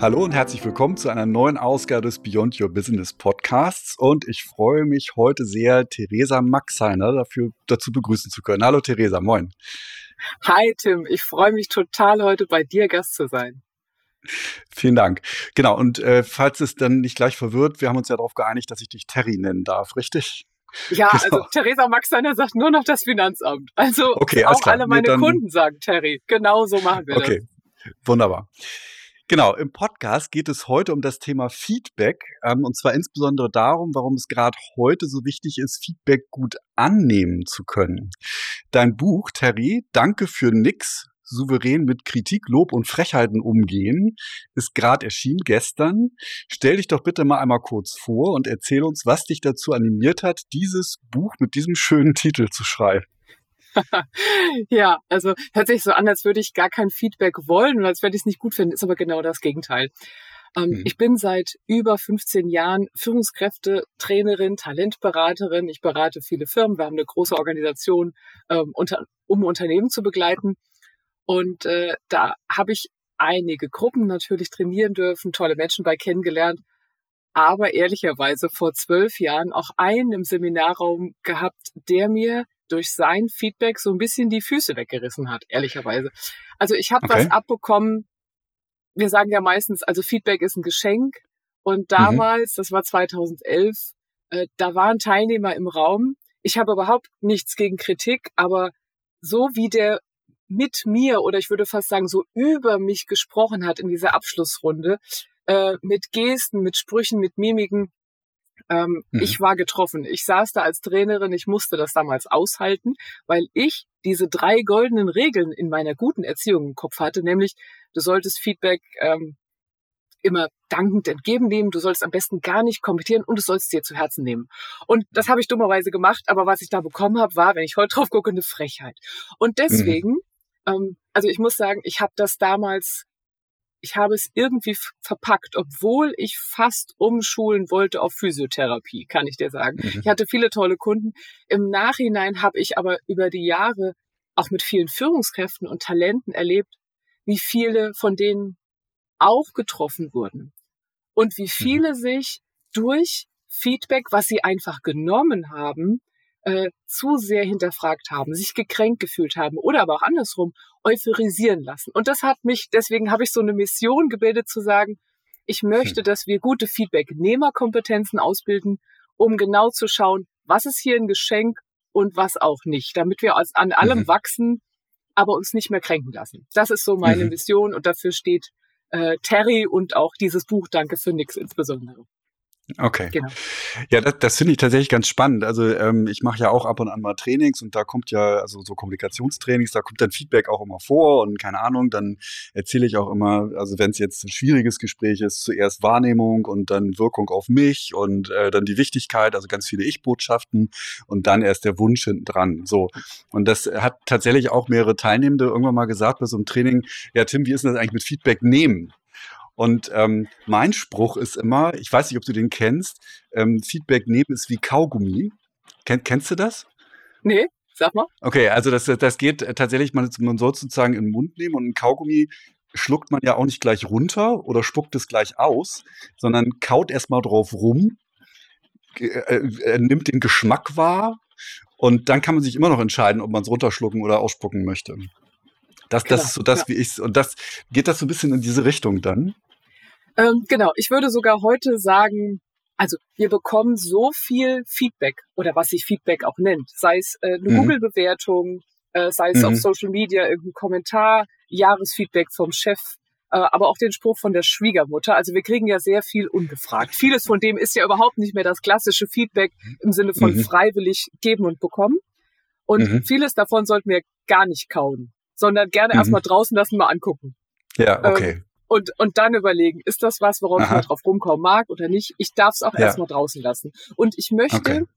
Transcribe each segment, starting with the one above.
Hallo und herzlich willkommen zu einer neuen Ausgabe des Beyond Your Business Podcasts. Und ich freue mich heute sehr, Theresa Maxeiner dazu begrüßen zu können. Hallo Theresa, moin. Hi Tim, ich freue mich total, heute bei dir Gast zu sein. Vielen Dank. Genau, und falls es dann nicht gleich verwirrt, wir haben uns ja darauf geeinigt, dass ich dich Terry nennen darf, richtig? Ja, genau. Also Theresa Maxeiner sagt nur noch das Finanzamt. Also okay, auch alle meine Kunden sagen Terry. Genau so machen wir das. Okay, wunderbar. Genau, im Podcast geht es heute um das Thema Feedback, und zwar insbesondere darum, warum es gerade heute so wichtig ist, Feedback gut annehmen zu können. Dein Buch, Terry, Danke für nix, souverän mit Kritik, Lob und Frechheiten umgehen, ist gerade erschienen gestern. Stell dich doch bitte mal einmal kurz vor und erzähl uns, was dich dazu animiert hat, dieses Buch mit diesem schönen Titel zu schreiben. Ja, also hört sich so an, als würde ich gar kein Feedback wollen und als würde ich es nicht gut finden, ist aber genau das Gegenteil. Ich bin seit über 15 Jahren Führungskräfte, Trainerin, Talentberaterin. Ich berate viele Firmen. Wir haben eine große Organisation, um Unternehmen zu begleiten. Und da habe ich einige Gruppen natürlich trainieren dürfen, tolle Menschen bei kennengelernt. Aber ehrlicherweise vor 12 Jahren auch einen im Seminarraum gehabt, der mir durch sein Feedback so ein bisschen die Füße weggerissen hat, ehrlicherweise. Also ich habe was abbekommen. Wir sagen ja meistens, also Feedback ist ein Geschenk. Und damals, das war 2011, da waren Teilnehmer im Raum. Ich habe überhaupt nichts gegen Kritik, aber so wie der mit mir oder ich würde fast sagen so über mich gesprochen hat in dieser Abschlussrunde, mit Gesten, mit Sprüchen, mit Mimiken, ich war getroffen. Ich saß da als Trainerin, ich musste das damals aushalten, weil ich diese 3 goldenen Regeln in meiner guten Erziehung im Kopf hatte, nämlich du solltest Feedback immer dankend entgegennehmen, du sollst am besten gar nicht kommentieren und du sollst es dir zu Herzen nehmen. Und das habe ich dummerweise gemacht, aber was ich da bekommen habe, war, wenn ich heute drauf gucke, eine Frechheit. Und deswegen, also ich muss sagen, ich habe es irgendwie verpackt, obwohl ich fast umschulen wollte auf Physiotherapie, kann ich dir sagen. Ich hatte viele tolle Kunden. Im Nachhinein habe ich aber über die Jahre auch mit vielen Führungskräften und Talenten erlebt, wie viele von denen auch getroffen wurden und wie viele sich durch Feedback, was sie einfach genommen haben, zu sehr hinterfragt haben, sich gekränkt gefühlt haben oder aber auch andersrum euphorisieren lassen. Und das hat mich, deswegen habe ich so eine Mission gebildet zu sagen, ich möchte, dass wir gute Feedback-Nehmerkompetenzen ausbilden, um genau zu schauen, was ist hier ein Geschenk und was auch nicht, damit wir an allem wachsen, aber uns nicht mehr kränken lassen. Das ist so meine Mission und dafür steht Terry und auch dieses Buch Danke für nix insbesondere. Okay. Genau. Ja, das finde ich tatsächlich ganz spannend. Also ich mache ja auch ab und an mal Trainings und da kommt ja, also so Kommunikationstrainings, da kommt dann Feedback auch immer vor und keine Ahnung, dann erzähle ich auch immer, also wenn es jetzt ein schwieriges Gespräch ist, zuerst Wahrnehmung und dann Wirkung auf mich und dann die Wichtigkeit, also ganz viele Ich-Botschaften und dann erst der Wunsch hinten dran. So. Und das hat tatsächlich auch mehrere Teilnehmende irgendwann mal gesagt bei so einem Training, ja Tim, wie ist denn das eigentlich mit Feedback nehmen? Und mein Spruch ist immer, ich weiß nicht, ob du den kennst, Feedback nehmen ist wie Kaugummi. Kennst du das? Nee, sag mal. Okay, also das geht tatsächlich, man soll es sozusagen in den Mund nehmen und ein Kaugummi schluckt man ja auch nicht gleich runter oder spuckt es gleich aus, sondern kaut erstmal drauf rum, nimmt den Geschmack wahr und dann kann man sich immer noch entscheiden, ob man es runterschlucken oder ausspucken möchte. Das ist so das, wie ich's, und das geht das so ein bisschen in diese Richtung dann? Genau, ich würde sogar heute sagen, also wir bekommen so viel Feedback oder was sich Feedback auch nennt, sei es eine Google-Bewertung, sei es auf Social Media irgendein Kommentar, Jahresfeedback vom Chef, aber auch den Spruch von der Schwiegermutter. Also wir kriegen ja sehr viel ungefragt. Vieles von dem ist ja überhaupt nicht mehr das klassische Feedback im Sinne von freiwillig geben und bekommen. Und vieles davon sollten wir gar nicht kauen, sondern gerne erstmal draußen lassen, mal angucken. Ja, okay. Und dann überlegen, ist das was, worauf ich mal drauf rumkommen mag oder nicht? Ich darf es auch erstmal draußen lassen. Und ich möchte,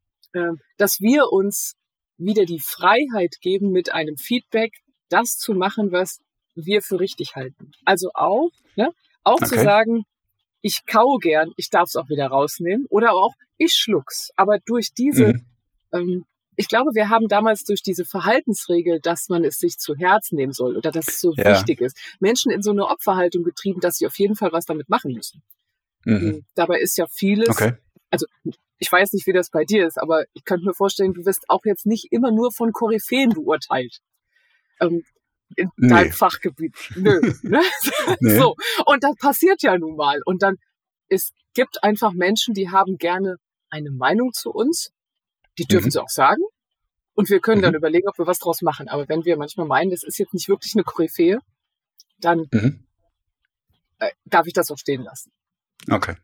dass wir uns wieder die Freiheit geben, mit einem Feedback das zu machen, was wir für richtig halten. Also auch zu sagen, ich kaue gern, ich darf es auch wieder rausnehmen oder auch ich schluck's. Aber durch diese ich glaube, wir haben damals durch diese Verhaltensregel, dass man es sich zu Herzen nehmen soll oder dass es so Ja. wichtig ist, Menschen in so eine Opferhaltung getrieben, dass sie auf jeden Fall was damit machen müssen. Dabei ist ja vieles, Okay. also ich weiß nicht, wie das bei dir ist, aber ich könnte mir vorstellen, du wirst auch jetzt nicht immer nur von Koryphäen beurteilt. In deinem Fachgebiet. Nö. Ne? Nee. So. Und das passiert ja nun mal. Und dann, es gibt einfach Menschen, die haben gerne eine Meinung zu uns. Die dürfen sie auch sagen. Und wir können dann überlegen, ob wir was draus machen. Aber wenn wir manchmal meinen, das ist jetzt nicht wirklich eine Koryphäe, dann darf ich das auch stehen lassen. Okay.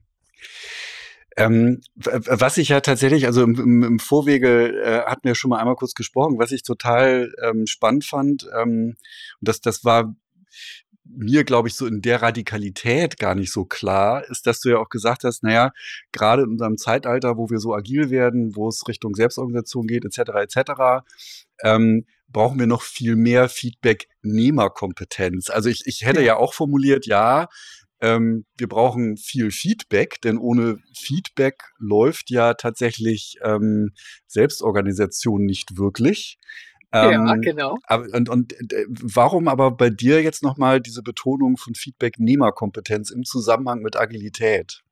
Was ich ja tatsächlich, also im Vorwege hatten wir schon mal einmal kurz gesprochen, was ich total spannend fand, und das war mir, glaube ich, so in der Radikalität gar nicht so klar, ist, dass du ja auch gesagt hast, naja, gerade in unserem Zeitalter, wo wir so agil werden, wo es Richtung Selbstorganisation geht, etc., brauchen wir noch viel mehr Feedback-Nehmerkompetenz. Also ich hätte ja auch formuliert, ja, wir brauchen viel Feedback, denn ohne Feedback läuft ja tatsächlich Selbstorganisation nicht wirklich. Ja, genau. Und warum aber bei dir jetzt nochmal diese Betonung von Feedback-Nehmerkompetenz im Zusammenhang mit Agilität?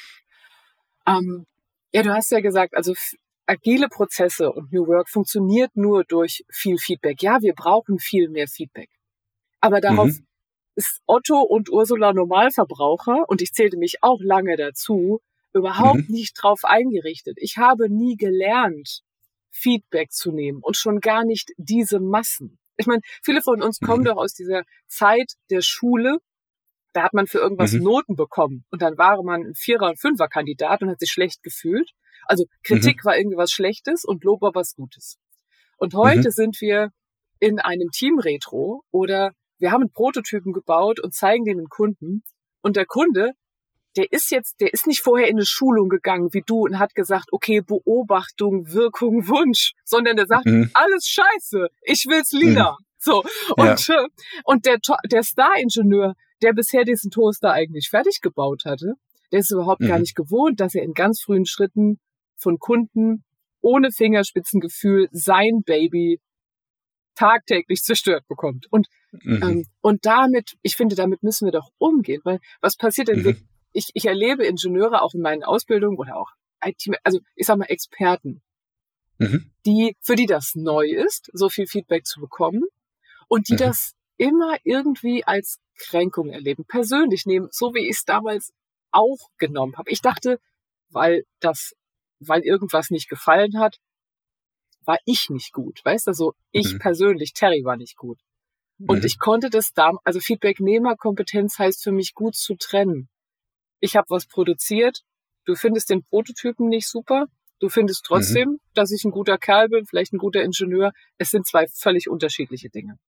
Ja, du hast ja gesagt, also agile Prozesse und New Work funktioniert nur durch viel Feedback. Ja, wir brauchen viel mehr Feedback. Aber darauf ist Otto und Ursula Normalverbraucher, und ich zählte mich auch lange dazu, überhaupt nicht drauf eingerichtet. Ich habe nie gelernt, Feedback zu nehmen und schon gar nicht diese Massen. Ich meine, viele von uns kommen doch aus dieser Zeit der Schule. Da hat man für irgendwas Noten bekommen und dann war man ein Vierer- und Fünfer-Kandidat und hat sich schlecht gefühlt. Also Kritik war irgendwie was Schlechtes und Lob war was Gutes. Und heute sind wir in einem Team-Retro oder wir haben einen Prototypen gebaut und zeigen den dem Kunden. Und der Kunde, der ist nicht vorher in eine Schulung gegangen wie du und hat gesagt, okay, Beobachtung, Wirkung, Wunsch, sondern der sagt, alles scheiße, ich will's lila. So. Und der Star-Ingenieur, der bisher diesen Toaster eigentlich fertig gebaut hatte, der ist überhaupt gar nicht gewohnt, dass er in ganz frühen Schritten von Kunden ohne Fingerspitzengefühl sein Baby tagtäglich zerstört bekommt. Und damit, ich finde, damit müssen wir doch umgehen, weil was passiert denn? Ich erlebe Ingenieure auch in meinen Ausbildungen oder auch IT, also ich sag mal Experten, für die das neu ist, so viel Feedback zu bekommen und die das immer irgendwie als Kränkung erleben, persönlich nehmen, so wie ich es damals auch genommen habe. Ich dachte, weil irgendwas nicht gefallen hat, war ich nicht gut, weißt du, so ich persönlich, Terry war nicht gut. Und ich konnte das also Feedback-Nehmer-Kompetenz heißt für mich gut zu trennen. Ich habe was produziert, du findest den Prototypen nicht super, du findest trotzdem, dass ich ein guter Kerl bin, vielleicht ein guter Ingenieur. Es sind zwei völlig unterschiedliche Dinge.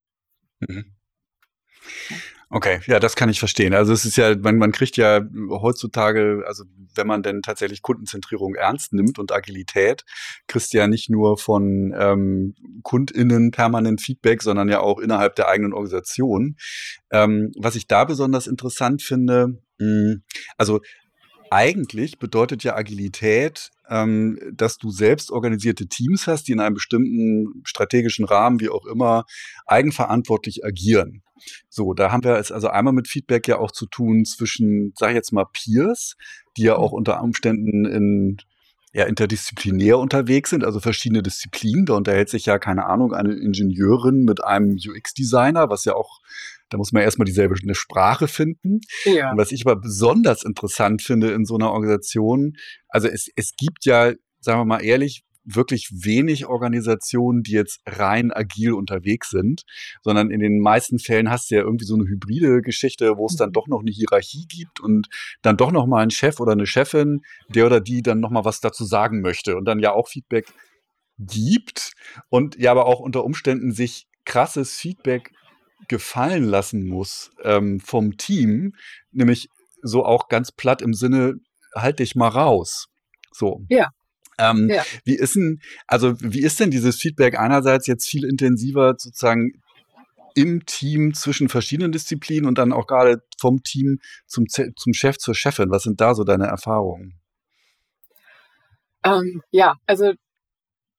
Okay, ja, das kann ich verstehen. Also es ist ja, man kriegt ja heutzutage, also wenn man denn tatsächlich Kundenzentrierung ernst nimmt und Agilität, kriegst du ja nicht nur von KundInnen permanent Feedback, sondern ja auch innerhalb der eigenen Organisation. Was ich da besonders interessant finde, also eigentlich bedeutet ja Agilität, dass du selbst organisierte Teams hast, die in einem bestimmten strategischen Rahmen, wie auch immer, eigenverantwortlich agieren. So, da haben wir es also einmal mit Feedback ja auch zu tun zwischen, sag ich jetzt mal, Peers, die ja auch unter Umständen interdisziplinär unterwegs sind, also verschiedene Disziplinen. Da unterhält sich ja, keine Ahnung, eine Ingenieurin mit einem UX-Designer, was ja auch, da muss man erstmal eine Sprache finden. Ja. Und was ich aber besonders interessant finde in so einer Organisation, also es gibt ja, sagen wir mal ehrlich, wirklich wenig Organisationen, die jetzt rein agil unterwegs sind, sondern in den meisten Fällen hast du ja irgendwie so eine hybride Geschichte, wo es dann doch noch eine Hierarchie gibt und dann doch noch mal einen Chef oder eine Chefin, der oder die dann noch mal was dazu sagen möchte und dann ja auch Feedback gibt und ja aber auch unter Umständen sich krasses Feedback gefallen lassen muss vom Team, nämlich so auch ganz platt im Sinne, halt dich mal raus. So. Ja. Wie ist denn dieses Feedback einerseits jetzt viel intensiver sozusagen im Team zwischen verschiedenen Disziplinen und dann auch gerade vom Team zum Chef, zur Chefin? Was sind da so deine Erfahrungen? Ja, also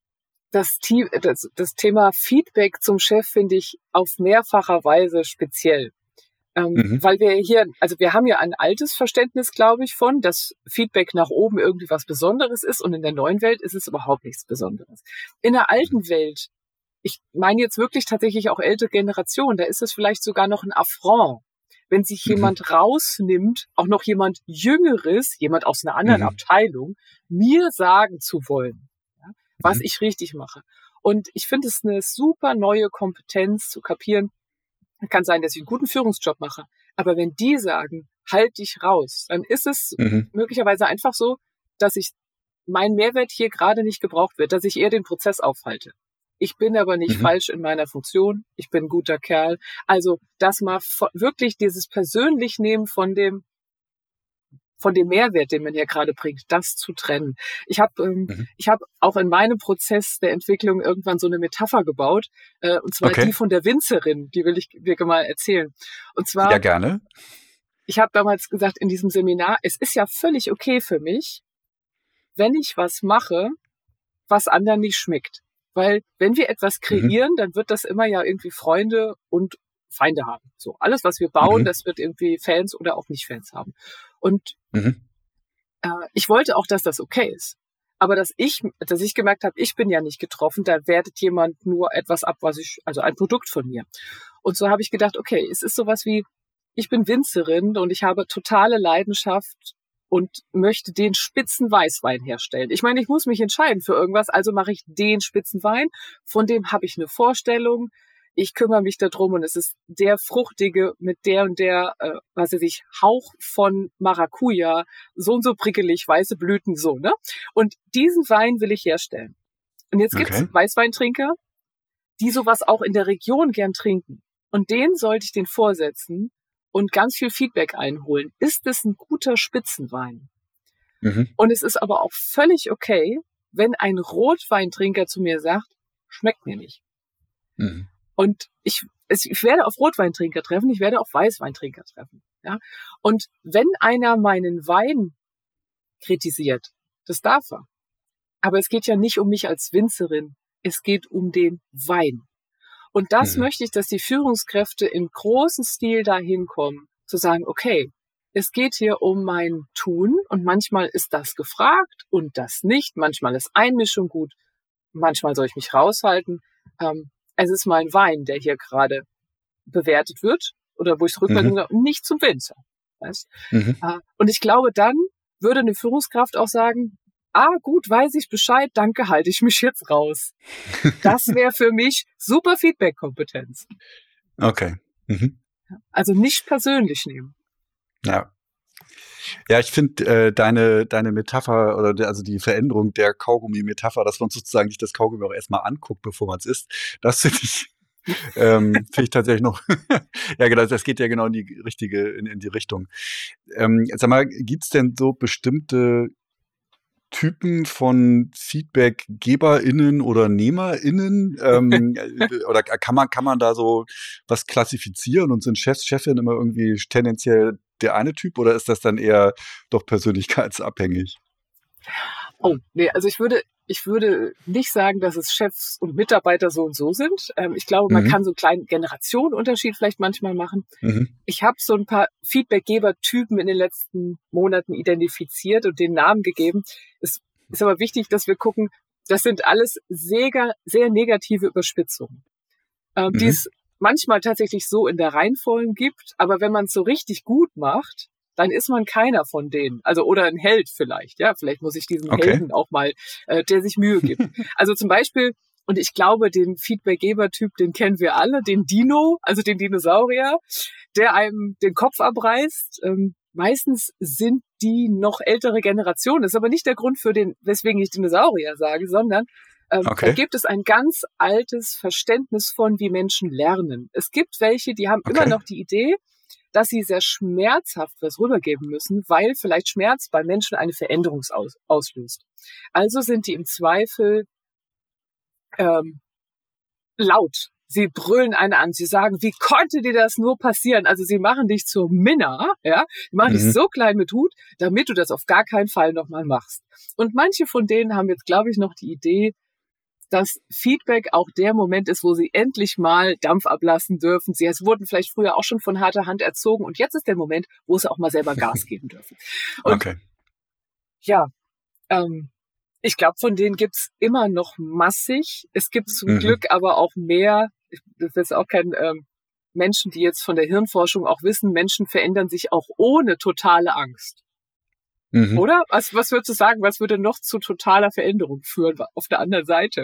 das Thema Feedback zum Chef finde ich auf mehrfacher Weise speziell. Weil wir haben ja ein altes Verständnis, glaube ich, dass Feedback nach oben irgendwie was Besonderes ist und in der neuen Welt ist es überhaupt nichts Besonderes. In der alten Welt, ich meine jetzt wirklich tatsächlich auch ältere Generation, da ist es vielleicht sogar noch ein Affront, wenn sich jemand rausnimmt, auch noch jemand Jüngeres, jemand aus einer anderen Abteilung, mir sagen zu wollen, ja, was ich richtig mache. Und ich finde es eine super neue Kompetenz zu kapieren. Kann sein, dass ich einen guten Führungsjob mache. Aber wenn die sagen, halt dich raus, dann ist es möglicherweise einfach so, dass mein Mehrwert hier gerade nicht gebraucht wird, dass ich eher den Prozess aufhalte. Ich bin aber nicht falsch in meiner Funktion. Ich bin ein guter Kerl. Also das mal wirklich dieses persönlich nehmen von dem Mehrwert, den man ja gerade bringt, das zu trennen. Ich habe auch in meinem Prozess der Entwicklung irgendwann so eine Metapher gebaut, und zwar die von der Winzerin, die will ich dir mal erzählen. Und zwar, ja, gerne. Ich habe damals gesagt in diesem Seminar, es ist ja völlig okay für mich, wenn ich was mache, was anderen nicht schmeckt. Weil wenn wir etwas kreieren, dann wird das immer ja irgendwie Freunde und Feinde haben. So, alles, was wir bauen, das wird irgendwie Fans oder auch nicht Fans haben. Und ich wollte auch, dass das okay ist. Aber dass ich gemerkt habe, ich bin ja nicht getroffen, da wertet jemand nur etwas ab, also ein Produkt von mir. Und so habe ich gedacht, okay, es ist sowas wie, ich bin Winzerin und ich habe totale Leidenschaft und möchte den Spitzenweißwein herstellen. Ich meine, ich muss mich entscheiden für irgendwas, also mache ich den Spitzenwein, von dem habe ich eine Vorstellung, ich kümmere mich darum und es ist der fruchtige mit der und der, Hauch von Maracuja, so und so prickelig, weiße Blüten, so, ne? Und diesen Wein will ich herstellen. Und jetzt gibt's Weißweintrinker, die sowas auch in der Region gern trinken. Und denen sollte ich den vorsetzen und ganz viel Feedback einholen. Ist es ein guter Spitzenwein? Und es ist aber auch völlig okay, wenn ein Rotweintrinker zu mir sagt, schmeckt mir nicht. Und ich werde auf Rotweintrinker treffen, ich werde auf Weißweintrinker treffen. Ja? Und wenn einer meinen Wein kritisiert, das darf er. Aber es geht ja nicht um mich als Winzerin, es geht um den Wein. Und das möchte ich, dass die Führungskräfte im großen Stil dahin kommen, zu sagen, okay, es geht hier um mein Tun und manchmal ist das gefragt und das nicht. Manchmal ist Einmischung gut, manchmal soll ich mich raushalten. Es ist mein Wein, der hier gerade bewertet wird oder wo ich es Rückmeldung sage, nicht zum Winzer. Weißt? Und ich glaube, dann würde eine Führungskraft auch sagen, gut, weiß ich Bescheid, danke, halte ich mich jetzt raus. Das wäre für mich super Feedback-Kompetenz. Okay. Also nicht persönlich nehmen. Ja. Ja, ich finde deine Metapher oder also die Veränderung der Kaugummi-Metapher, dass man sozusagen sich das Kaugummi auch erstmal anguckt, bevor man es isst, das finde ich tatsächlich noch, ja genau, das geht ja genau in die Richtung. Sag mal, gibt's denn so bestimmte Typen von FeedbackgeberInnen oder NehmerInnen? Oder kann man da so was klassifizieren und sind Chefinnen immer irgendwie tendenziell der eine Typ oder ist das dann eher doch persönlichkeitsabhängig? Oh, nee, also ich würde nicht sagen, dass es Chefs und Mitarbeiter so und so sind. Ich glaube, man kann so einen kleinen Generationenunterschied vielleicht manchmal machen. Ich habe so ein paar Feedbackgeber-Typen in den letzten Monaten identifiziert und den Namen gegeben. Es ist aber wichtig, dass wir gucken, das sind alles sehr, sehr negative Überspitzungen, die es manchmal tatsächlich so in der Reihenfolge gibt. Aber wenn man es so richtig gut macht, dann ist man keiner von denen. Also, oder ein Held vielleicht, ja. Vielleicht muss ich diesem Helden auch mal, der sich Mühe gibt. Also zum Beispiel, und ich glaube, den Feedbackgeber-Typ, den kennen wir alle, den Dino, also den Dinosaurier, der einem den Kopf abreißt. Meistens sind die noch ältere Generationen. Das ist aber nicht der Grund weswegen ich Dinosaurier sage, sondern da gibt es ein ganz altes Verständnis von, wie Menschen lernen. Es gibt welche, die haben immer noch die Idee, dass sie sehr schmerzhaft was rübergeben müssen, weil vielleicht Schmerz bei Menschen eine Veränderung auslöst. Also sind die im Zweifel laut. Sie brüllen einen an. Sie sagen, wie konnte dir das nur passieren? Also sie machen dich zur Minna, ja? Die machen dich so klein mit Hut, damit du das auf gar keinen Fall nochmal machst. Und manche von denen haben jetzt, glaube ich, noch die Idee, dass Feedback auch der Moment ist, wo sie endlich mal Dampf ablassen dürfen. Sie wurden vielleicht früher auch schon von harter Hand erzogen und jetzt ist der Moment, wo sie auch mal selber Gas geben dürfen. Und Okay. ja, ich glaube, von denen gibt's immer noch massig. Es gibt zum Glück aber auch mehr. Das ist auch kein Menschen, die jetzt von der Hirnforschung auch wissen, Menschen verändern sich auch ohne totale Angst. Oder? Was würdest du sagen? Was würde noch zu totaler Veränderung führen auf der anderen Seite?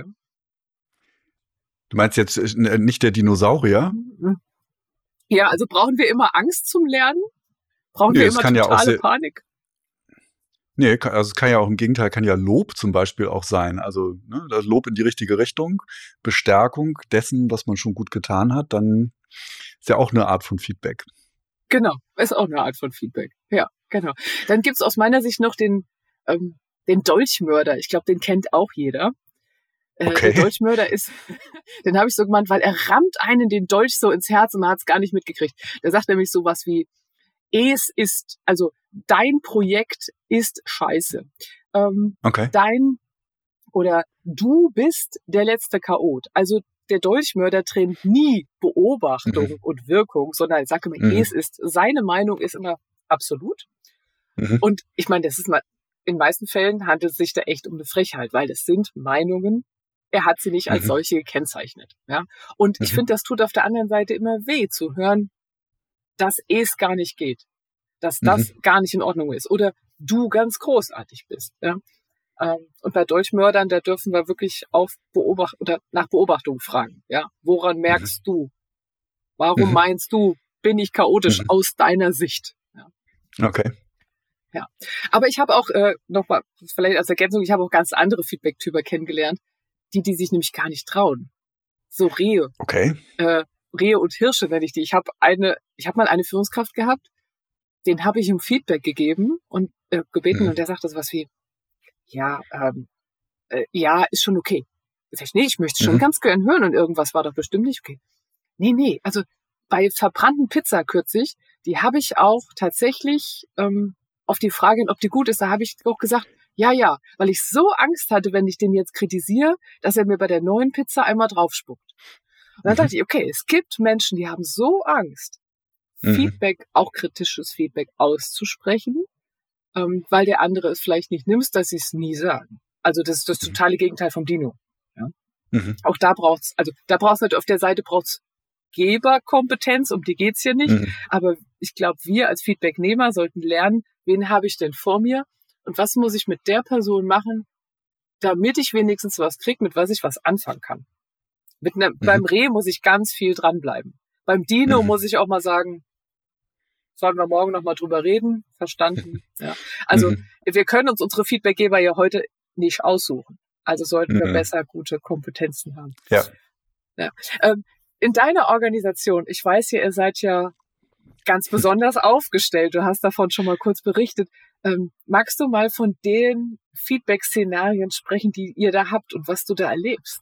Du meinst jetzt nicht der Dinosaurier? Ja, also brauchen wir immer Angst zum Lernen? Brauchen wir immer totale Panik? Nee, also es kann ja auch im Gegenteil, kann ja Lob zum Beispiel auch sein. Also das Lob in die richtige Richtung, Bestärkung dessen, was man schon gut getan hat, dann ist ja auch eine Art von Feedback. Genau, ist auch eine Art von Feedback. Ja, genau. Dann gibt's aus meiner Sicht noch den Dolchmörder. Ich glaube, den kennt auch jeder. Okay. Der Dolchmörder ist, den habe ich so gemeint, weil er rammt einen den Dolch so ins Herz und man hat es gar nicht mitgekriegt. Der sagt nämlich sowas wie, also dein Projekt ist scheiße. Okay. Du bist der letzte Chaot. Also der Dolchmörder trennt nie Beobachtung und Wirkung, sondern ich sage immer, seine Meinung ist immer absolut. Und ich meine, das ist mal, in den meisten Fällen handelt es sich da echt um eine Frechheit, weil es sind Meinungen, er hat sie nicht als solche gekennzeichnet. Ja? Und ich finde, das tut auf der anderen Seite immer weh, zu hören, dass es gar nicht geht, dass das gar nicht in Ordnung ist oder du ganz großartig bist. Ja? Und bei Dolchmördern, da dürfen wir wirklich nach Beobachtung fragen. Ja? Woran merkst du? Warum meinst du, bin ich chaotisch aus deiner Sicht? Ja? Okay. Ja, aber ich habe auch nochmal, vielleicht als Ergänzung, ich habe auch ganz andere Feedback-Typen kennengelernt, die sich nämlich gar nicht trauen. So Rehe. Okay. Rehe und Hirsche nenne ich die. Ich habe mal eine Führungskraft gehabt, den habe ich ihm Feedback gegeben und gebeten und der sagte sowas wie, ja, ist schon okay. Ich sag, nee, ich möchte schon ganz gern hören und irgendwas war doch bestimmt nicht okay. Nee, also bei verbrannten Pizza kürzlich, die habe ich auch tatsächlich auf die Frage, ob die gut ist, da habe ich auch gesagt, ja, weil ich so Angst hatte, wenn ich den jetzt kritisiere, dass er mir bei der neuen Pizza einmal draufspuckt. Und dann dachte ich, okay, es gibt Menschen, die haben so Angst, Feedback, auch kritisches Feedback auszusprechen, weil der andere es vielleicht nicht nimmt, dass sie es nie sagen. Also das ist das totale Gegenteil vom Dino. Ja? Auch da braucht's halt auf der Seite braucht's Geberkompetenz, um die geht's hier nicht. Aber ich glaube, wir als Feedbacknehmer sollten lernen, wen habe ich denn vor mir und was muss ich mit der Person machen, damit ich wenigstens was kriege, mit was ich was anfangen kann. Beim Reh muss ich ganz viel dranbleiben. Beim Dino muss ich auch mal sagen, sollen wir morgen noch mal drüber reden? Verstanden? Ja. Also wir können uns unsere Feedbackgeber ja heute nicht aussuchen. Also sollten wir besser gute Kompetenzen haben. Ja. In deiner Organisation, ich weiß ja, ihr seid ja ganz besonders aufgestellt. Du hast davon schon mal kurz berichtet. Magst du mal von den Feedback-Szenarien sprechen, die ihr da habt und was du da erlebst?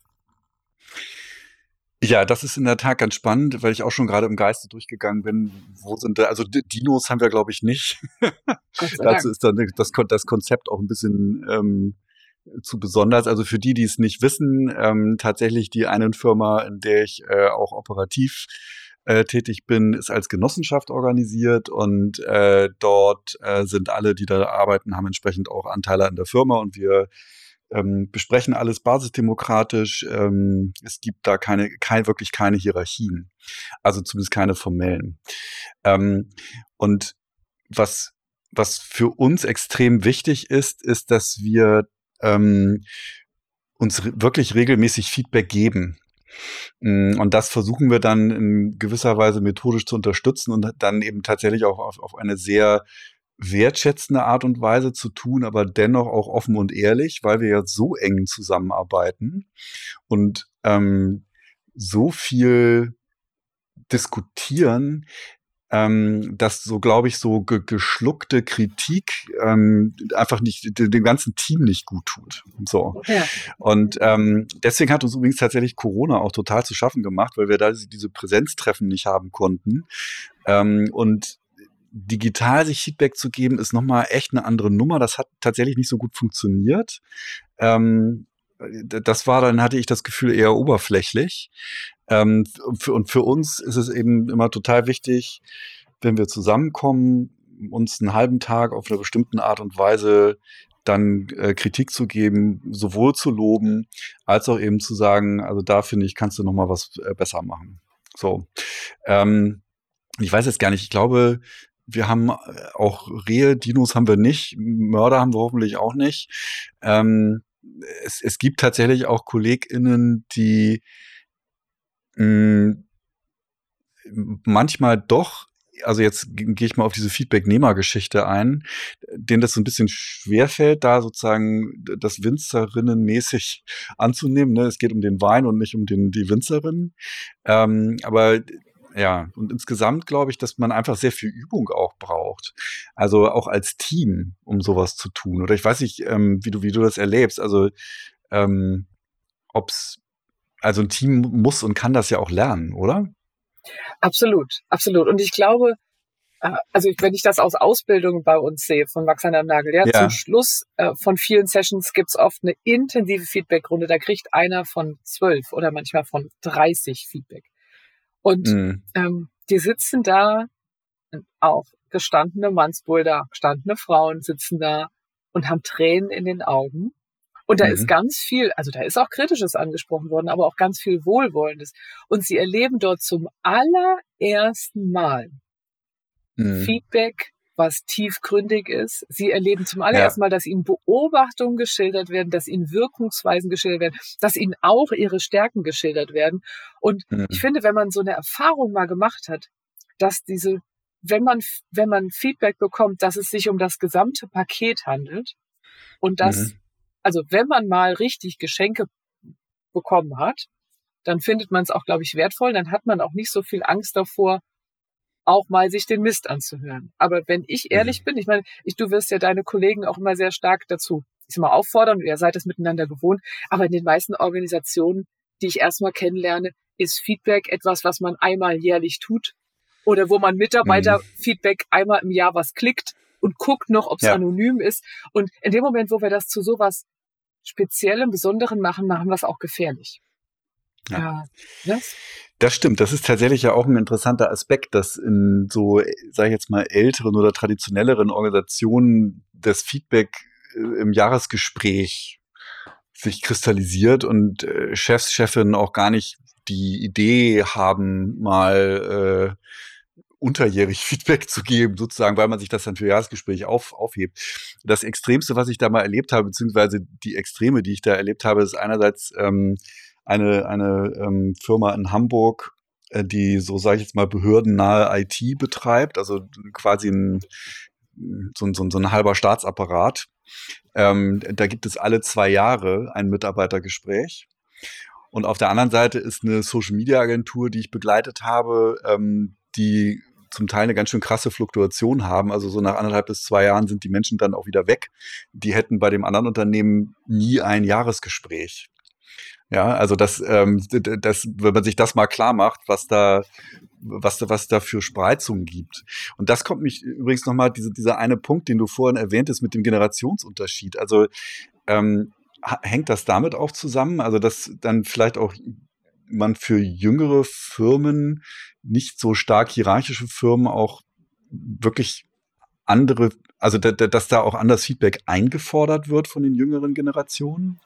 Ja, das ist in der Tat ganz spannend, weil ich auch schon gerade im Geiste durchgegangen bin. Wo sind da, also Dinos haben wir, glaube ich, nicht. Dazu ist dann das Konzept auch ein bisschen zu besonders. Also für die es nicht wissen, tatsächlich die eine Firma, in der ich auch operativ tätig bin, ist als Genossenschaft organisiert und dort sind alle, die da arbeiten, haben entsprechend auch Anteile an der Firma und wir besprechen alles basisdemokratisch. Es gibt da wirklich keine Hierarchien, also zumindest keine formellen. Und was für uns extrem wichtig ist, dass wir uns wirklich regelmäßig Feedback geben. Und das versuchen wir dann in gewisser Weise methodisch zu unterstützen und dann eben tatsächlich auch auf eine sehr wertschätzende Art und Weise zu tun, aber dennoch auch offen und ehrlich, weil wir ja so eng zusammenarbeiten und so viel diskutieren, dass so, glaube ich, so geschluckte Kritik einfach nicht dem ganzen Team nicht gut tut. So. Ja. Und deswegen hat uns übrigens tatsächlich Corona auch total zu schaffen gemacht, weil wir da diese Präsenztreffen nicht haben konnten. Und digital sich Feedback zu geben, ist nochmal echt eine andere Nummer. Das hat tatsächlich nicht so gut funktioniert. das war dann, hatte ich das Gefühl, eher oberflächlich. Und für uns ist es eben immer total wichtig, wenn wir zusammenkommen, uns einen halben Tag auf einer bestimmten Art und Weise dann Kritik zu geben, sowohl zu loben, als auch eben zu sagen, also da finde ich, kannst du noch mal was besser machen. So. Ich weiß jetzt gar nicht, ich glaube, wir haben auch Rehe, Dinos haben wir nicht, Mörder haben wir hoffentlich auch nicht. Es gibt tatsächlich auch KollegInnen, die manchmal doch, also jetzt gehe ich mal auf diese Feedback-Nehmer-Geschichte ein, denen das so ein bisschen schwerfällt, da sozusagen das Winzerinnen-mäßig anzunehmen. Ne? Es geht um den Wein und nicht um die Winzerinnen. Aber ja, und insgesamt glaube ich, dass man einfach sehr viel Übung auch braucht. Also auch als Team, um sowas zu tun. Oder ich weiß nicht, wie du das erlebst. Also ob's, also ein Team muss und kann das ja auch lernen, oder? Absolut, absolut. Und ich glaube, also wenn ich das aus Ausbildungen bei uns sehe, von Max an der Nagel, ja, zum Ja. Schluss von vielen Sessions gibt's oft eine intensive Feedbackrunde. Da kriegt einer von 12 oder manchmal von 30 Feedback. Und Mhm. die sitzen da, auch gestandene Mannsbilder, gestandene Frauen sitzen da und haben Tränen in den Augen. Und da ist Mhm. ganz viel, also da ist auch Kritisches angesprochen worden, aber auch ganz viel Wohlwollendes. Und sie erleben dort zum allerersten Mal Mhm. Feedback, was tiefgründig ist. Sie erleben zum allerersten Ja. Mal, dass ihnen Beobachtungen geschildert werden, dass ihnen Wirkungsweisen geschildert werden, dass ihnen auch ihre Stärken geschildert werden. Und ich Mhm. finde, wenn man so eine Erfahrung mal gemacht hat, dass wenn man Feedback bekommt, dass es sich um das gesamte Paket handelt und dass, Mhm. also wenn man mal richtig Geschenke bekommen hat, dann findet man es auch, glaube ich, wertvoll. Dann hat man auch nicht so viel Angst davor, auch mal sich den Mist anzuhören. Aber wenn ich ehrlich Mhm. bin, ich meine, du wirst ja deine Kollegen auch immer sehr stark dazu, ich sag mal, auffordern, ihr seid es miteinander gewohnt, aber in den meisten Organisationen, die ich erstmal kennenlerne, ist Feedback etwas, was man einmal jährlich tut oder wo man Mhm. Mitarbeiter-Feedback einmal im Jahr was klickt und guckt noch, ob es Ja. anonym ist. Und in dem Moment, wo wir das zu sowas Speziellem, Besonderen machen, machen wir es auch gefährlich. Ja. Das? Das stimmt. Das ist tatsächlich ja auch ein interessanter Aspekt, dass in so, sage ich jetzt mal, älteren oder traditionelleren Organisationen das Feedback im Jahresgespräch sich kristallisiert und Chefs, Chefinnen auch gar nicht die Idee haben, mal unterjährig Feedback zu geben, sozusagen, weil man sich das dann für Jahresgespräche aufhebt. Das Extremste, was ich da mal erlebt habe, beziehungsweise die Extreme, die ich da erlebt habe, ist einerseits eine Firma in Hamburg, die so, sage ich jetzt mal, behördennahe IT betreibt, also quasi so ein halber Staatsapparat. Da gibt es alle 2 Jahre ein Mitarbeitergespräch. Und auf der anderen Seite ist eine Social-Media-Agentur, die ich begleitet habe, die zum Teil eine ganz schön krasse Fluktuation haben. Also so nach 1,5 bis 2 Jahren sind die Menschen dann auch wieder weg. Die hätten bei dem anderen Unternehmen nie ein Jahresgespräch. Ja, also wenn man sich das mal klar macht, was da für Spreizungen gibt. Und das kommt mich übrigens nochmal, dieser eine Punkt, den du vorhin erwähntest mit dem Generationsunterschied. Also hängt das damit auch zusammen? Also, dass dann vielleicht auch man für jüngere Firmen, nicht so stark hierarchische Firmen auch wirklich andere, also dass da auch anders Feedback eingefordert wird von den jüngeren Generationen?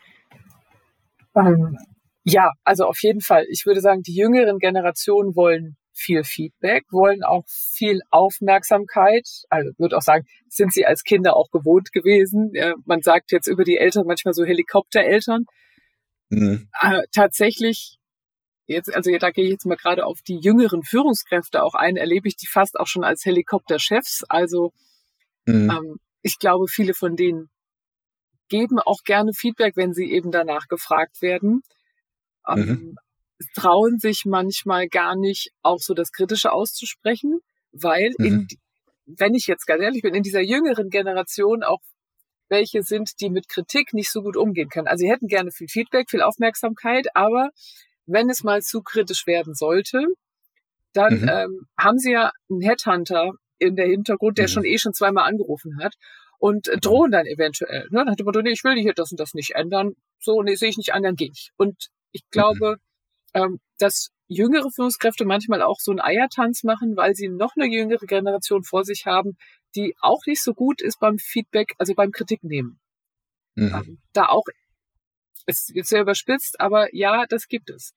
Ähm, ja, also auf jeden Fall. Ich würde sagen, die jüngeren Generationen wollen viel Feedback, wollen auch viel Aufmerksamkeit. Also würde auch sagen, sind sie als Kinder auch gewohnt gewesen. Man sagt jetzt über die Eltern manchmal so Helikoptereltern. Mhm. Tatsächlich, da gehe ich jetzt mal gerade auf die jüngeren Führungskräfte auch ein, erlebe ich die fast auch schon als Helikopterchefs. Also Mhm. ich glaube, viele von denen geben auch gerne Feedback, wenn sie eben danach gefragt werden. Mhm. Ähm, trauen sich manchmal gar nicht, auch so das Kritische auszusprechen, weil Mhm. wenn ich jetzt ganz ehrlich bin, in dieser jüngeren Generation auch welche sind, die mit Kritik nicht so gut umgehen können. Also sie hätten gerne viel Feedback, viel Aufmerksamkeit, aber wenn es mal zu kritisch werden sollte, dann Mhm. haben sie ja einen Headhunter in der Hintergrund, der Mhm. schon zweimal angerufen hat. und drohen dann eventuell. Ne? Dann hat man, nee, ich will hier das und das nicht ändern. So, nee, sehe ich nicht an, dann gehe ich. Und ich glaube, dass jüngere Führungskräfte manchmal auch so einen Eiertanz machen, weil sie noch eine jüngere Generation vor sich haben, die auch nicht so gut ist beim Feedback, also beim Kritik nehmen. Da auch, ist jetzt sehr überspitzt, aber ja, das gibt es.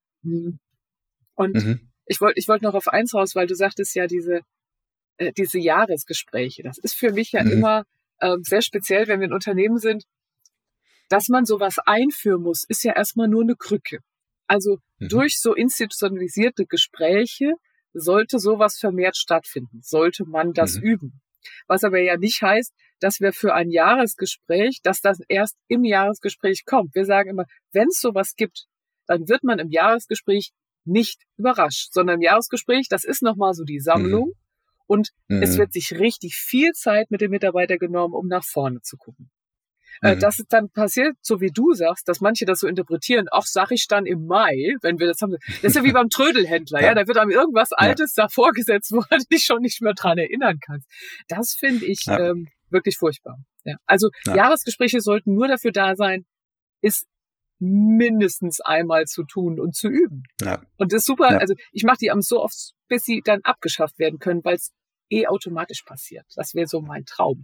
Und ich wollte noch auf eins raus, weil du sagtest ja, diese Jahresgespräche, das ist für mich ja immer sehr speziell, wenn wir ein Unternehmen sind. Dass man sowas einführen muss, ist ja erstmal nur eine Krücke. Also durch so institutionalisierte Gespräche sollte sowas vermehrt stattfinden, sollte man das üben. Was aber ja nicht heißt, dass wir für ein Jahresgespräch, dass das erst im Jahresgespräch kommt. Wir sagen immer, wenn es sowas gibt, dann wird man im Jahresgespräch nicht überrascht, sondern im Jahresgespräch, das ist nochmal so die Sammlung und es wird sich richtig viel Zeit mit dem Mitarbeiter genommen, um nach vorne zu gucken. Dass es dann passiert, so wie du sagst, dass manche das so interpretieren, ach, sag ich dann im Mai, wenn wir das haben. Das ist ja wie beim Trödelhändler, ja, da wird einem irgendwas Altes da vorgesetzt, wo du dich schon nicht mehr dran erinnern kannst. Das finde ich wirklich furchtbar. Ja. Also Jahresgespräche sollten nur dafür da sein, ist mindestens einmal zu tun und zu üben. Ja. Und das ist super, also ich mache die so oft, bis sie dann abgeschafft werden können, weil es automatisch passiert. Das wäre so mein Traum.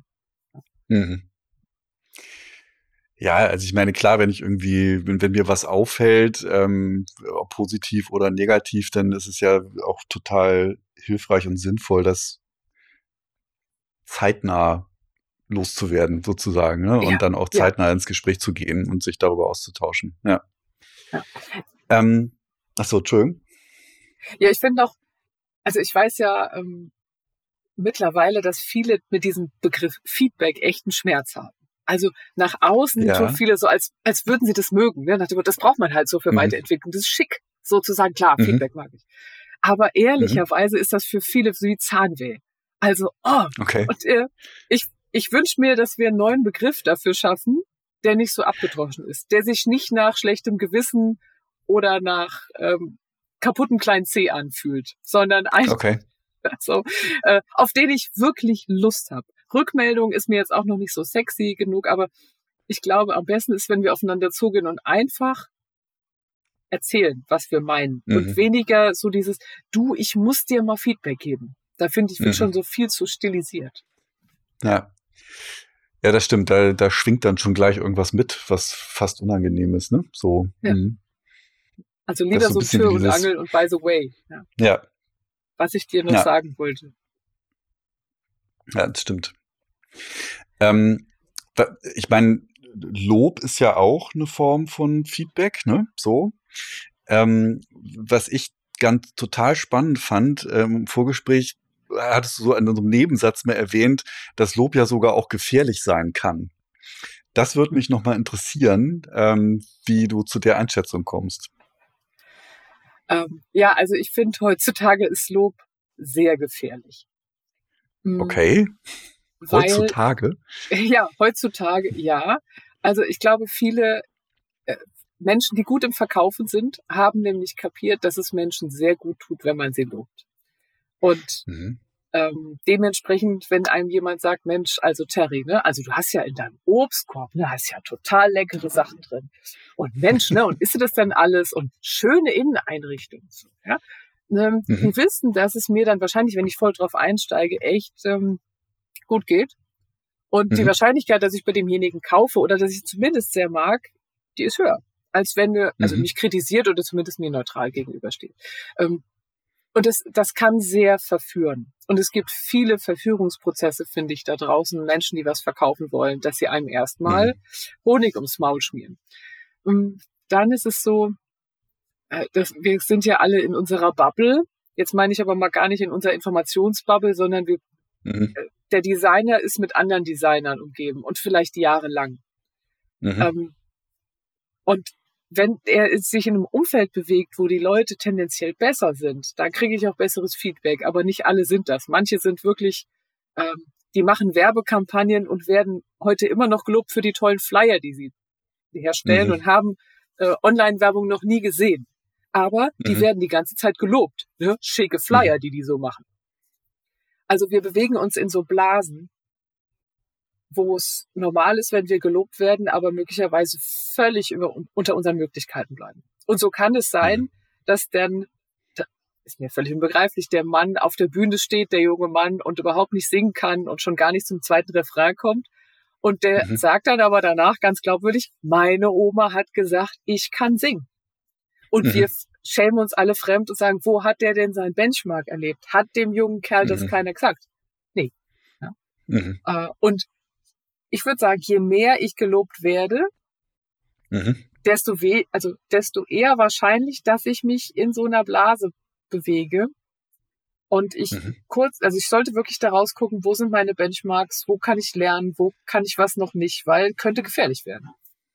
Ja, also ich meine, klar, wenn mir was auffällt, ob positiv oder negativ, dann ist es ja auch total hilfreich und sinnvoll, das zeitnah loszuwerden, sozusagen, ne? Und dann auch zeitnah ins Gespräch zu gehen und sich darüber auszutauschen. Ja. Achso, Entschuldigung. Ja, ich finde auch, also ich weiß ja mittlerweile, dass viele mit diesem Begriff Feedback echten Schmerz haben. Also nach außen tun viele so, als würden sie das mögen. Ne? Das braucht man halt so für Weiterentwicklung. Das ist schick, sozusagen. Klar, Feedback mag ich. Aber ehrlicherweise ist das für viele wie Zahnweh. Also, und ich wünsche mir, dass wir einen neuen Begriff dafür schaffen, der nicht so abgedroschen ist, der sich nicht nach schlechtem Gewissen oder nach kaputten kleinen C anfühlt, sondern einfach so, auf den ich wirklich Lust habe. Rückmeldung ist mir jetzt auch noch nicht so sexy genug, aber ich glaube, am besten ist, wenn wir aufeinander zugehen und einfach erzählen, was wir meinen. Und weniger so dieses, ich muss dir mal Feedback geben. Da finde ich, wird schon so viel zu stilisiert. Ja. Ja, das stimmt. Da schwingt dann schon gleich irgendwas mit, was fast unangenehm ist, ne? So. Ja. Also lieber so Tür und Angel und by the way. Ja. Was ich dir noch sagen wollte. Ja, das stimmt. Ich meine, Lob ist ja auch eine Form von Feedback, ne? So. Was ich total spannend fand, im Vorgespräch hattest du so in so einem Nebensatz mal erwähnt, dass Lob ja sogar auch gefährlich sein kann. Das würde mich nochmal interessieren, wie du zu der Einschätzung kommst. Ja, also ich finde, heutzutage ist Lob sehr gefährlich. Okay. Heutzutage? Ja, heutzutage, ja. Also ich glaube, viele Menschen, die gut im Verkaufen sind, haben nämlich kapiert, dass es Menschen sehr gut tut, wenn man sie lobt. Und dementsprechend, wenn einem jemand sagt, Mensch, also Terry, ne, also du hast ja in deinem Obstkorb, ne, hast ja total leckere Sachen drin. Und Mensch, ne, und isst du das dann alles? Und schöne Inneneinrichtungen. So, ja? Die wissen, dass es mir dann wahrscheinlich, wenn ich voll drauf einsteige, echt gut geht. Und die Wahrscheinlichkeit, dass ich bei demjenigen kaufe oder dass ich zumindest sehr mag, die ist höher, als wenn er also mich kritisiert oder zumindest mir neutral gegenübersteht. Und das kann sehr verführen. Und es gibt viele Verführungsprozesse, finde ich, da draußen. Menschen, die was verkaufen wollen, dass sie einem erstmal Honig ums Maul schmieren. Dann ist es so, wir sind ja alle in unserer Bubble. Jetzt meine ich aber mal gar nicht in unserer Informationsbubble, sondern der Designer ist mit anderen Designern umgeben und vielleicht jahrelang. Und wenn er sich in einem Umfeld bewegt, wo die Leute tendenziell besser sind, dann kriege ich auch besseres Feedback. Aber nicht alle sind das. Manche sind wirklich, die machen Werbekampagnen und werden heute immer noch gelobt für die tollen Flyer, die sie herstellen und haben Online-Werbung noch nie gesehen. Aber die werden die ganze Zeit gelobt. Ne? Schicke Flyer, die so machen. Also wir bewegen uns in so Blasen, wo es normal ist, wenn wir gelobt werden, aber möglicherweise völlig unter unseren Möglichkeiten bleiben. Und so kann es sein, dass dann, ist mir völlig unbegreiflich, der Mann auf der Bühne steht, der junge Mann, und überhaupt nicht singen kann und schon gar nicht zum zweiten Refrain kommt. Und der sagt dann aber danach ganz glaubwürdig, meine Oma hat gesagt, ich kann singen. Und wir schämen uns alle fremd und sagen, wo hat der denn sein Benchmark erlebt? Hat dem jungen Kerl das keiner gesagt? Nee. Ja. Und ich würde sagen, je mehr ich gelobt werde, desto eher wahrscheinlich, dass ich mich in so einer Blase bewege. Und ich ich sollte wirklich daraus gucken, wo sind meine Benchmarks, wo kann ich lernen, wo kann ich was noch nicht, weil könnte gefährlich werden.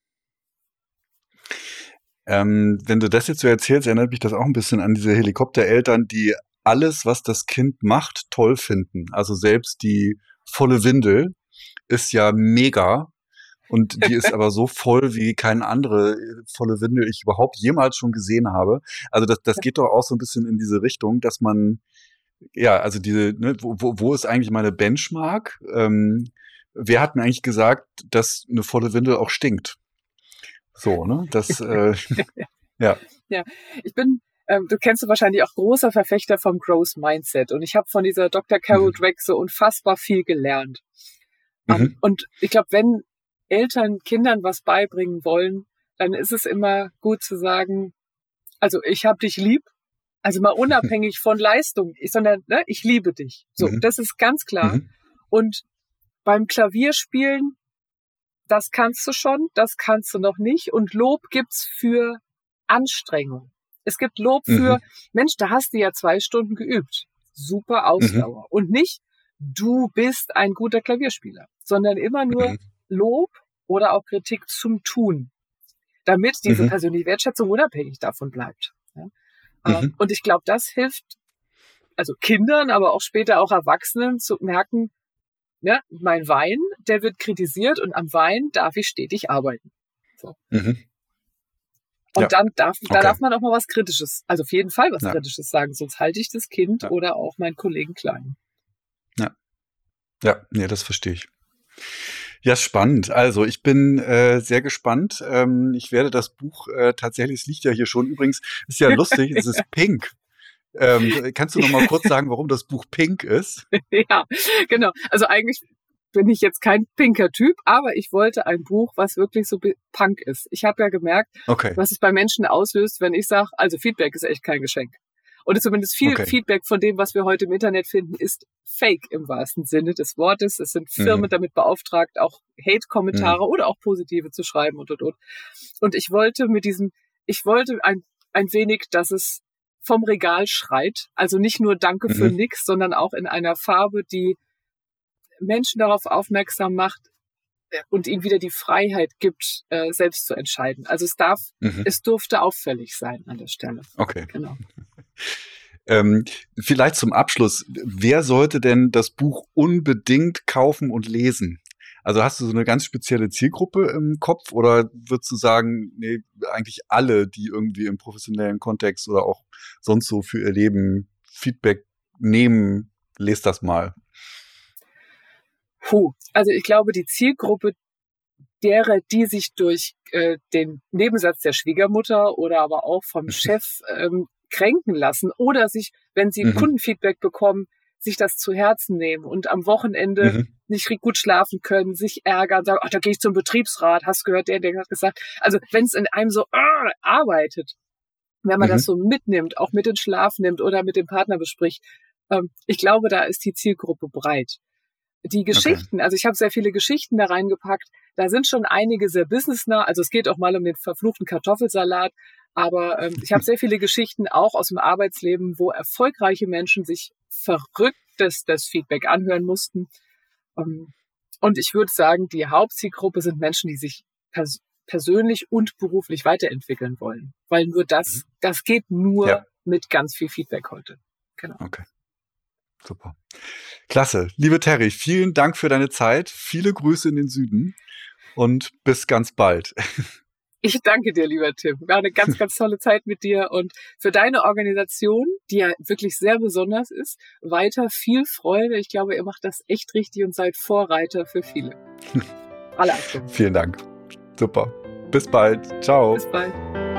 Wenn du das jetzt so erzählst, erinnert mich das auch ein bisschen an diese Helikoptereltern, die alles, was das Kind macht, toll finden. Also selbst die volle Windel ist ja mega. Und die ist aber so voll, wie keine andere volle Windel ich überhaupt jemals schon gesehen habe. Also das geht doch auch so ein bisschen in diese Richtung, dass man, ja, also diese, ne, wo ist eigentlich meine Benchmark? Wer hat mir eigentlich gesagt, dass eine volle Windel auch stinkt? So, ne? Das, ja. Ja, ich bin, du kennst wahrscheinlich auch großer Verfechter vom Growth Mindset. Und ich habe von dieser Dr. Carol Dweck so unfassbar viel gelernt. Und ich glaube, wenn Eltern Kindern was beibringen wollen, dann ist es immer gut zu sagen, also ich habe dich lieb, also mal unabhängig von Leistung, sondern ne, ich liebe dich. So, das ist ganz klar. Und beim Klavierspielen, das kannst du schon, das kannst du noch nicht. Und Lob gibt's für Anstrengung. Es gibt Lob für, Mensch, da hast du ja 2 Stunden geübt. Super Ausdauer. Und nicht, du bist ein guter Klavierspieler, sondern immer nur Lob oder auch Kritik zum Tun, damit diese persönliche Wertschätzung unabhängig davon bleibt. Ja? Und ich glaube, das hilft also Kindern, aber auch später auch Erwachsenen zu merken, ja, mein Wein, der wird kritisiert und am Wein darf ich stetig arbeiten. So. Und dann darf man auch mal was Kritisches, also auf jeden Fall was Kritisches sagen, sonst halte ich das Kind oder auch meinen Kollegen klein. Ja, nee, das verstehe ich. Ja, spannend. Also ich bin sehr gespannt. Ich werde das Buch tatsächlich, es liegt ja hier schon übrigens, ist ja lustig, es ist pink. Kannst du noch mal kurz sagen, warum das Buch pink ist? Ja, genau. Also eigentlich bin ich jetzt kein pinker Typ, aber ich wollte ein Buch, was wirklich so Punk ist. Ich habe ja gemerkt, was es bei Menschen auslöst, wenn ich sage, also Feedback ist echt kein Geschenk. Oder zumindest viel Feedback von dem, was wir heute im Internet finden, ist Fake im wahrsten Sinne des Wortes. Es sind Firmen damit beauftragt, auch Hate-Kommentare oder auch positive zu schreiben und. Und ich wollte ein wenig, dass es vom Regal schreit. Also nicht nur Danke für nix, sondern auch in einer Farbe, die Menschen darauf aufmerksam macht und ihnen wieder die Freiheit gibt, selbst zu entscheiden. Also es durfte auffällig sein an der Stelle. Okay. Genau. Vielleicht zum Abschluss, wer sollte denn das Buch unbedingt kaufen und lesen? Also hast du so eine ganz spezielle Zielgruppe im Kopf oder würdest du sagen, nee, eigentlich alle, die irgendwie im professionellen Kontext oder auch sonst so für ihr Leben Feedback nehmen, lest das mal? Also ich glaube, die Zielgruppe derer, die sich durch den Nebensatz der Schwiegermutter oder aber auch vom Chef kränken lassen oder sich, wenn sie Kundenfeedback bekommen, sich das zu Herzen nehmen und am Wochenende nicht gut schlafen können, sich ärgern, sagen, ach, da gehe ich zum Betriebsrat, hast gehört, der hat gesagt. Also wenn es in einem so arbeitet, wenn man das so mitnimmt, auch mit in Schlaf nimmt oder mit dem Partner bespricht, ich glaube, da ist die Zielgruppe breit. Die Geschichten, also ich habe sehr viele Geschichten da reingepackt, da sind schon einige sehr businessnah, also es geht auch mal um den verfluchten Kartoffelsalat, aber ich habe sehr viele Geschichten auch aus dem Arbeitsleben, wo erfolgreiche Menschen sich verrücktes Feedback anhören mussten. Und ich würde sagen, die Hauptzielgruppe sind Menschen, die sich persönlich und beruflich weiterentwickeln wollen. Weil nur das geht nur mit ganz viel Feedback heute. Genau. Okay. Super. Klasse. Liebe Terry, vielen Dank für deine Zeit. Viele Grüße in den Süden und bis ganz bald. Ich danke dir, lieber Tim. War eine ganz, ganz tolle Zeit mit dir und für deine Organisation, die ja wirklich sehr besonders ist, weiter viel Freude. Ich glaube, ihr macht das echt richtig und seid Vorreiter für viele. Alle Achtung. Vielen Dank. Super. Bis bald. Ciao. Bis bald.